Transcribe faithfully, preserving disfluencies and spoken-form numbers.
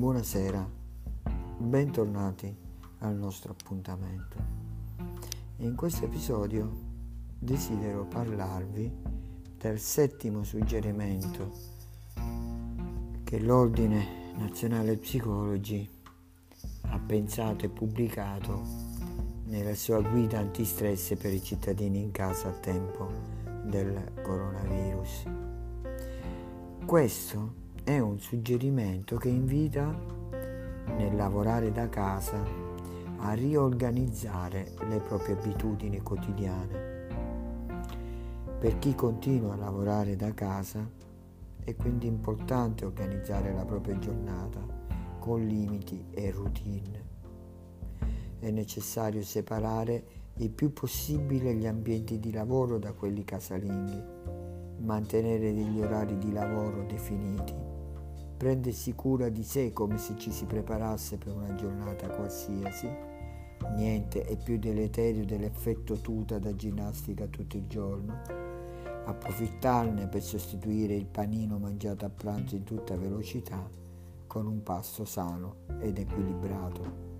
Buonasera, bentornati al nostro appuntamento. In questo episodio desidero parlarvi del settimo suggerimento che l'Ordine Nazionale Psicologi ha pensato e pubblicato nella sua guida antistress per i cittadini in casa a tempo del coronavirus. Questo è un suggerimento che invita nel lavorare da casa a riorganizzare le proprie abitudini quotidiane. Per chi continua a lavorare da casa è quindi importante organizzare la propria giornata con limiti e routine. È necessario separare il più possibile gli ambienti di lavoro da quelli casalinghi, mantenere degli orari di lavoro definiti, prendersi cura di sé come se ci si preparasse per una giornata qualsiasi. Niente è più deleterio dell'effetto tuta da ginnastica tutto il giorno. Approfittarne per sostituire il panino mangiato a pranzo in tutta velocità con un pasto sano ed equilibrato.